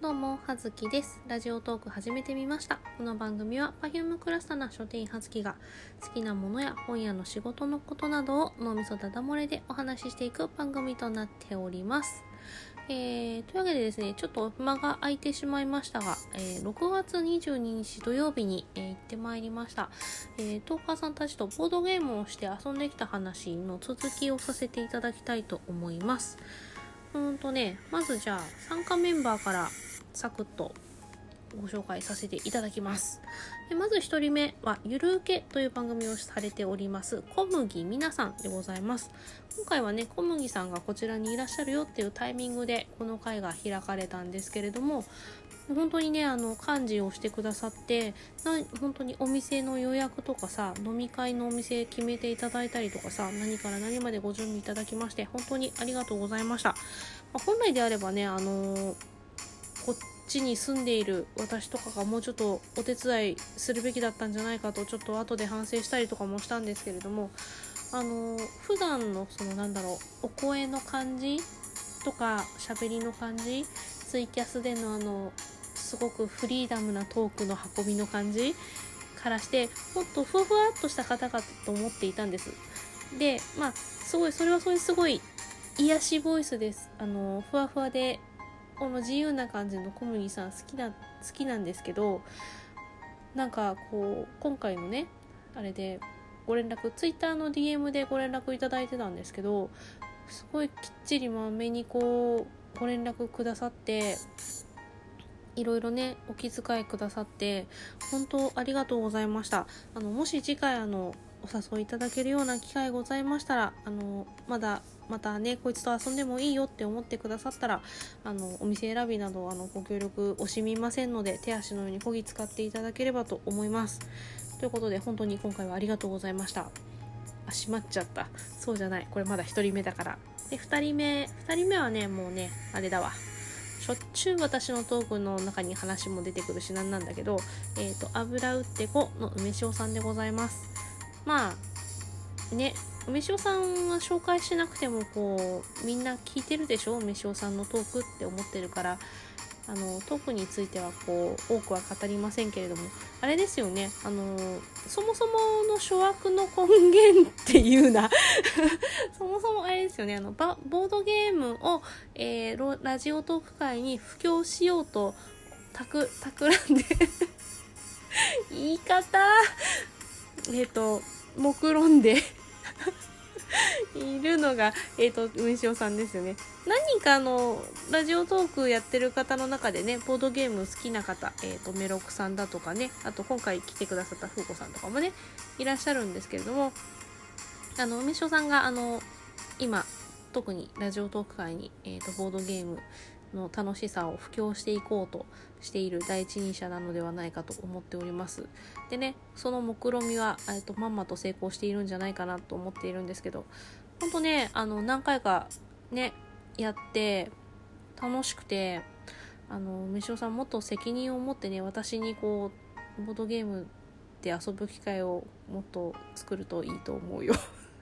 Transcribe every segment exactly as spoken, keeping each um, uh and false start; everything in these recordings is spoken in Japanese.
どうも、はずきです。ラジオトーク始めてみました。この番組は Perfume クラスターな書店員はずきが好きなものや本屋の仕事のことなどを脳みそだだ漏れでお話ししていく番組となっております。えー、というわけでですね、ちょっと間が空いてしまいましたが、えー、ろくがつにじゅうににち土曜日に、えー、行ってまいりました。えー、トーカーさんたちとボードゲームをして遊んできた話の続きをさせていただきたいと思います。うーんとね、まずじゃあ参加メンバーからサクッとご紹介させていただきます。まずひとりめはゆるうけという番組をされております小麦みなさんでございます。今回はね、小麦さんがこちらにいらっしゃるよっていうタイミングでこの会が開かれたんですけれども、本当にね、あの幹事をしてくださって、な本当にお店の予約とかさ、飲み会のお店決めていただいたりとかさ、何から何までご準備いただきまして本当にありがとうございました。まあ、本来であればね、あのー、こっちに住んでいる私とかがもうちょっとお手伝いするべきだったんじゃないかとちょっと後で反省したりとかもしたんですけれども、あのー、普段のそのなんだろう、お声の感じとか喋りの感じ、ツイキャスでのあのすごくフリーダムなトークの運びの感じからしてもっとふわふわっとした方かと思っていたんです。で、まあすごいそれはそれすごい癒しボイスです。あのふわふわでこの自由な感じの小麦さん好きな好きなんですけど、なんかこう今回のねあれでご連絡ツイッターの ディーエム でご連絡いただいてたんですけど、すごいきっちりまめにこうご連絡くださって、いろいろねお気遣いくださって本当ありがとうございました。あのもし次回あのお誘いいただけるような機会ございましたら、あのまだまたねこいつと遊んでもいいよって思ってくださったら、あのお店選びなどあのご協力惜しみませんので、手足のようにこぎ使っていただければと思います。ということで本当に今回はありがとうございました。あ、閉まっちゃった。そうじゃない、これまだひとりめだから。でふたりめふたりめはね、もうねあれだわ、しょっちゅう私のトークの中に話も出てくるしなんなんだけど、えっと油売ってこの梅塩さんでございます。まあね、梅塩さんは紹介しなくてもこうみんな聞いてるでしょ、梅塩さんのトークって思ってるから、あのトークについてはこう多くは語りませんけれども、あれですよね、あのそもそもの諸悪の根源っていうなそもそもあれですよね、あのバボードゲームを、えー、ラジオトーク界に布教しようとたく企んで言い方えっ、ー、と目論んでいるのが、えっ、ー、と梅塩さんですよね。何かのラジオトークやってる方の中でね、ボードゲーム好きな方、えっ、ー、とメロクさんだとかね、あと今回来てくださった風子さんとかもねいらっしゃるんですけれども、あの梅塩さんがあの今特にラジオトーク界に、えー、とボードゲームの楽しさを布教していこうとしている第一人者なのではないかと思っております。でね、その目論見みは、えー、とまんまと成功しているんじゃないかなと思っているんですけど、ほんとね、あの何回かねやって楽しくて、あの梅塩さんもっと責任を持ってね、私にこうボードゲームで遊ぶ機会をもっと作るといいと思うよ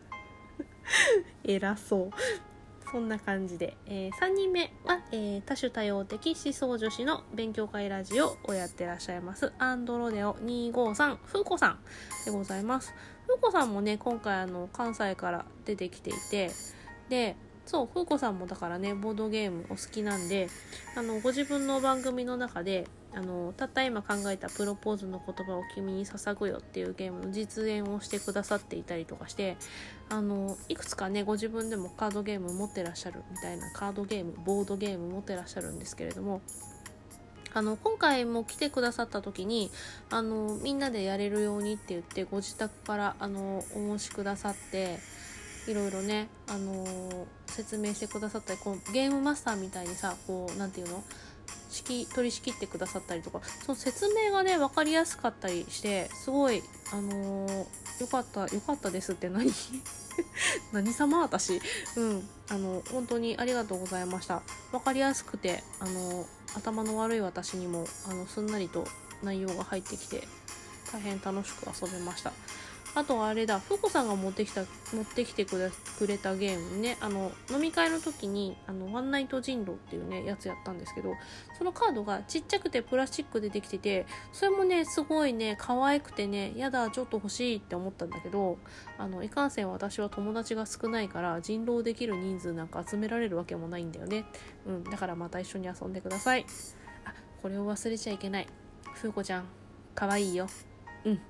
偉そう。そんな感じで、えー、さんにんめは、えー、多種多様的思想女子の勉強会ラジオをやってらっしゃいますアンドロデオにひゃくごじゅうさん風子さんでございます。風子さんもね今回あの関西から出てきていて、でそう風子さんもだからねボードゲームお好きなんで、あのご自分の番組の中であのたった今考えたプロポーズの言葉を君に捧ぐよっていうゲームの実演をしてくださっていたりとかして、あのいくつかねご自分でもカードゲーム持ってらっしゃるみたいな、カードゲームボードゲーム持ってらっしゃるんですけれども、あの今回も来てくださった時にあのみんなでやれるようにって言ってご自宅からあのお申しくださって、いろいろね、あのー、説明してくださったり、こうゲームマスターみたいにさ、こうなんていうの、式取り仕切ってくださったりとか、その説明がね分かりやすかったりして、すごいあのー、よかったよかったですって何何様私、うんあの本当にありがとうございました。分かりやすくて、あの頭の悪い私にもあのすんなりと内容が入ってきて大変楽しく遊べました。 あとあれだ、ふうこさんが持ってきた持ってきてくれくれたゲームね、あの飲み会の時にあのワンナイト人狼っていうねやつやったんですけど、そのカードがちっちゃくてプラスチックでできてて、それもねすごいね可愛くてね、やだちょっと欲しいって思ったんだけど、あのいかんせん私は友達が少ないから人狼できる人数なんか集められるわけもないんだよね。うん、だからまた一緒に遊んでください。あ、これを忘れちゃいけない。ふうこちゃん可愛いよ。うん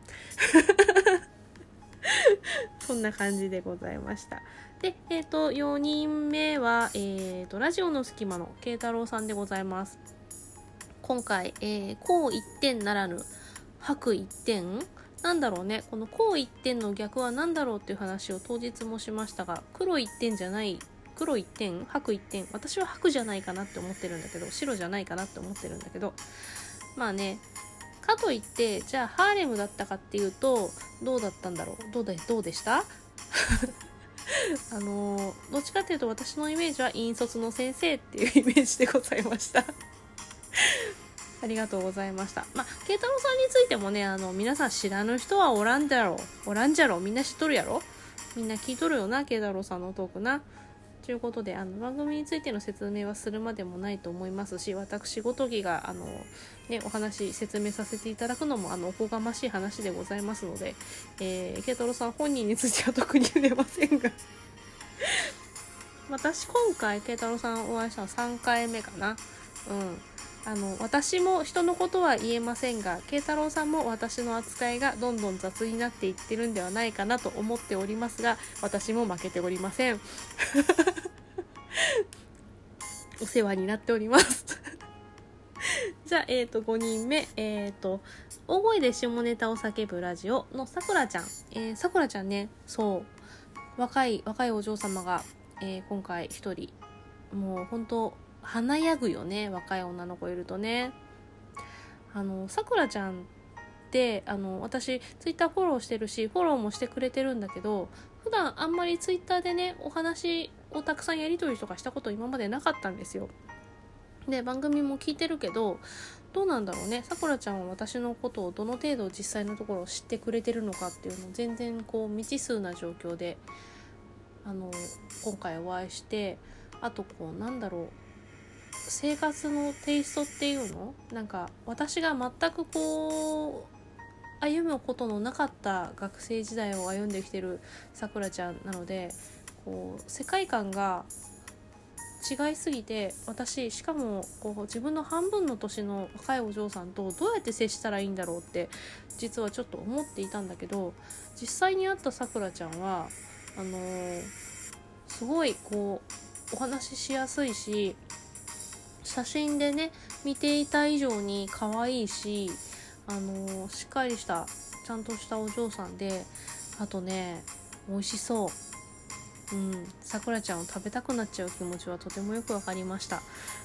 そんな感じでございました。で、えっ、ー、とよにんめは、えー、とラジオの隙間の慶太郎さんでございます。今回、えー、こう一点ならぬ白一点なんだろうね、このこう一点の逆は何だろうっていう話を当日もしましたが、黒一点じゃない、黒一点白一点、私は白じゃないかなって思ってるんだけど、白じゃないかなって思ってるんだけど、まあね、かといってじゃあハーレムだったかっていうとどうだったんだろう、どうでどうでしたあのどっちかっていうと私のイメージは引率の先生っていうイメージでございましたありがとうございました。まあ慶太郎さんについてもね、あの皆さん知らぬ人はおらんだろうおらんじゃろみんな知っとるやろ、みんな聞いとるよな慶太郎さんのトークな。ということで、あの番組についての説明はするまでもないと思いますし、私ごときがあの、ね、お話説明させていただくのもあのおこがましい話でございますので、えー、慶太郎さん本人については特に言えませんが私今回慶太郎さんお会いしたのさんかいめかな。うんあの私も人のことは言えませんが、慶太郎さんも私の扱いがどんどん雑になっていってるんではないかなと思っておりますが、私も負けておりませんお世話になっておりますじゃあ、えーとごにんめ、えーと大声で下ネタを叫ぶラジオのさくらちゃん、えー、さくらちゃんね、そう若い若いお嬢様が、えー、今回一人、もう本当華やぐよね、若い女の子いるとね。あのさくらちゃんってあの私ツイッターフォローしてるしフォローもしてくれてるんだけど、普段あんまりツイッターでねお話をたくさんやり取りとかしたこと今までなかったんですよ。で番組も聞いてるけど、どうなんだろうね、さくらちゃんは私のことをどの程度実際のところを知ってくれてるのかっていうのを全然こう未知数な状況であの今回お会いして、あとこうなんだろう、生活のテイストっていうの、なんか私が全くこう歩むことのなかった学生時代を歩んできてるさくらちゃんなので、こう世界観が違いすぎて、私しかもこう自分の半分の年の若いお嬢さんとどうやって接したらいいんだろうって実はちょっと思っていたんだけど、実際に会ったさくらちゃんはあのー、すごいこうお話ししやすいし、写真でね見ていた以上に可愛いし、あのー、しっかりしたちゃんとしたお嬢さんで、あとね美味しそう。うん、さくらちゃんを食べたくなっちゃう気持ちはとてもよくわかりました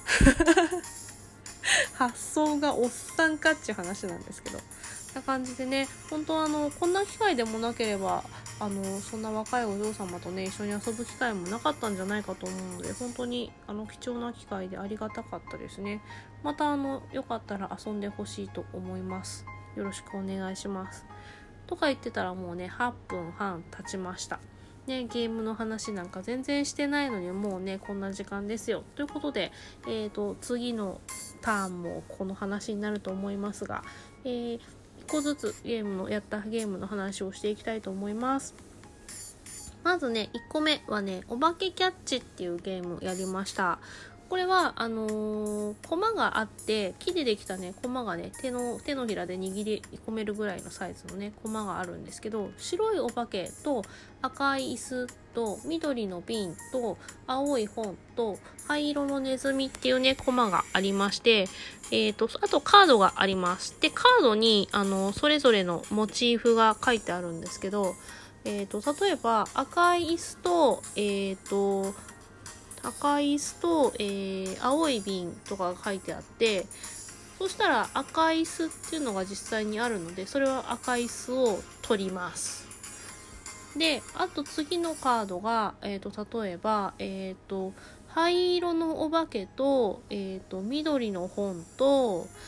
発想がおっさんかっちゅう話なんですけど、な感じでね、本当あのこんな機会でもなければあのそんな若いお嬢様とね一緒に遊ぶ機会もなかったんじゃないかと思うので、本当にあの貴重な機会でありがたかったですね。またあのよかったら遊んでほしいと思います。よろしくお願いしますとか言ってたらもうねはっぷんはん経ちましたね。ゲームの話なんか全然してないのにもうねこんな時間ですよということで、えーと次のターンもこの話になると思いますが、えー、いっこずつゲームのやったゲームの話をしていきたいと思います。まずねいっこめはねお化けキャッチっていうゲームやりました。これはあのー、コマがあって木でできたねコマがね手の手のひらで握り込めるぐらいのサイズのねコマがあるんですけど、白いお化けと赤い椅子と緑の瓶と青い本と灰色のネズミっていうねコマがありまして、えーとあとカードがあります。でカードにあのそれぞれのモチーフが書いてあるんですけど、えーと例えば赤い椅子とえーと赤い椅子と、えー、青い瓶とかが書いてあって、そしたら赤い椅子っていうのが実際にあるので、それは赤い椅子を取ります。であと次のカードが、えー、と例えば、えー、と灰色のお化けと、えー、と緑の本と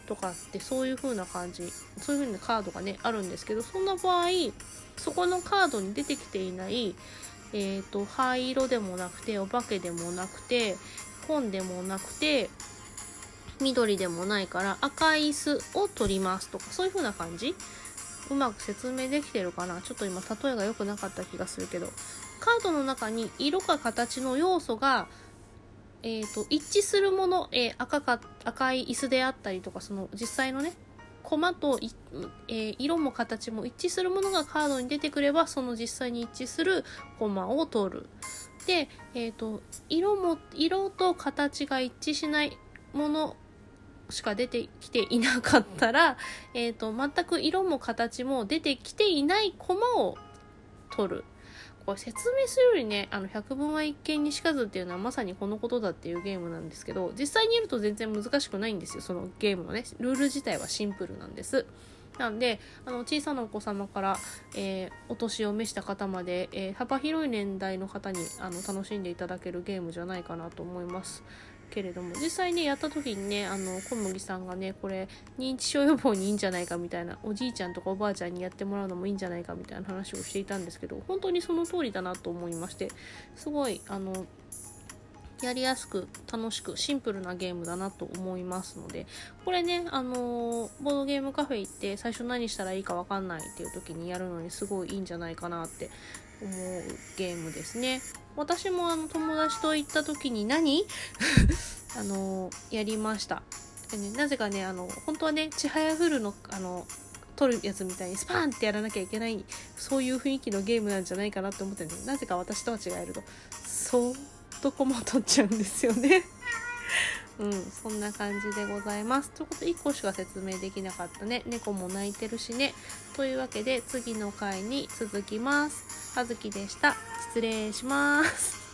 とかってそういう風な感じ、そういう風なカードがねあるんですけど、そんな場合そこのカードに出てきていないえーと灰色でもなくてお化けでもなくて本でもなくて緑でもないから赤い椅子を取りますとか、そういう風な感じ。うまく説明できてるかな。ちょっと今例えが良くなかった気がするけど、カードの中に色か形の要素がえーと一致するもの、えー、赤か赤い椅子であったりとか、その実際のねコマと、えー、色も形も一致するものがカードに出てくれば、その実際に一致するコマを取る。で、えーと色も色と形が一致しないものしか出てきていなかったら、えーと全く色も形も出てきていないコマを取る。これ説明するよりね、あの百聞は一見にしかずっていうのはまさにこのことだっていうゲームなんですけど、実際にやると全然難しくないんですよ。そのゲームのねルール自体はシンプルなんです。なんであの小さなお子様から、えー、お年を召した方まで、えー、幅広い年代の方にあの楽しんでいただけるゲームじゃないかなと思いますけれども、実際ねやった時にね、あの小麦さんがねこれ認知症予防にいいんじゃないかみたいな、おじいちゃんとかおばあちゃんにやってもらうのもいいんじゃないかみたいな話をしていたんですけど、本当にその通りだなと思いまして、すごいあのやりやすく楽しくシンプルなゲームだなと思いますので、これねあのー、ボードゲームカフェ行って最初何したらいいか分かんないっていう時にやるのにすごいいいんじゃないかなって思うゲームですね。私もあの友達と行った時に何あのー、やりました。でね、なぜかねあの本当はねちはやふるのあの取るやつみたいにスパーンってやらなきゃいけない、そういう雰囲気のゲームなんじゃないかなって思ってるんで、なぜか私とは違えるとそうとコマ取っちゃうんですよねうん、そんな感じでございます。ということでいっこしか説明できなかったね。猫も泣いてるしね。というわけで次の回に続きます。はずきでした。失礼します。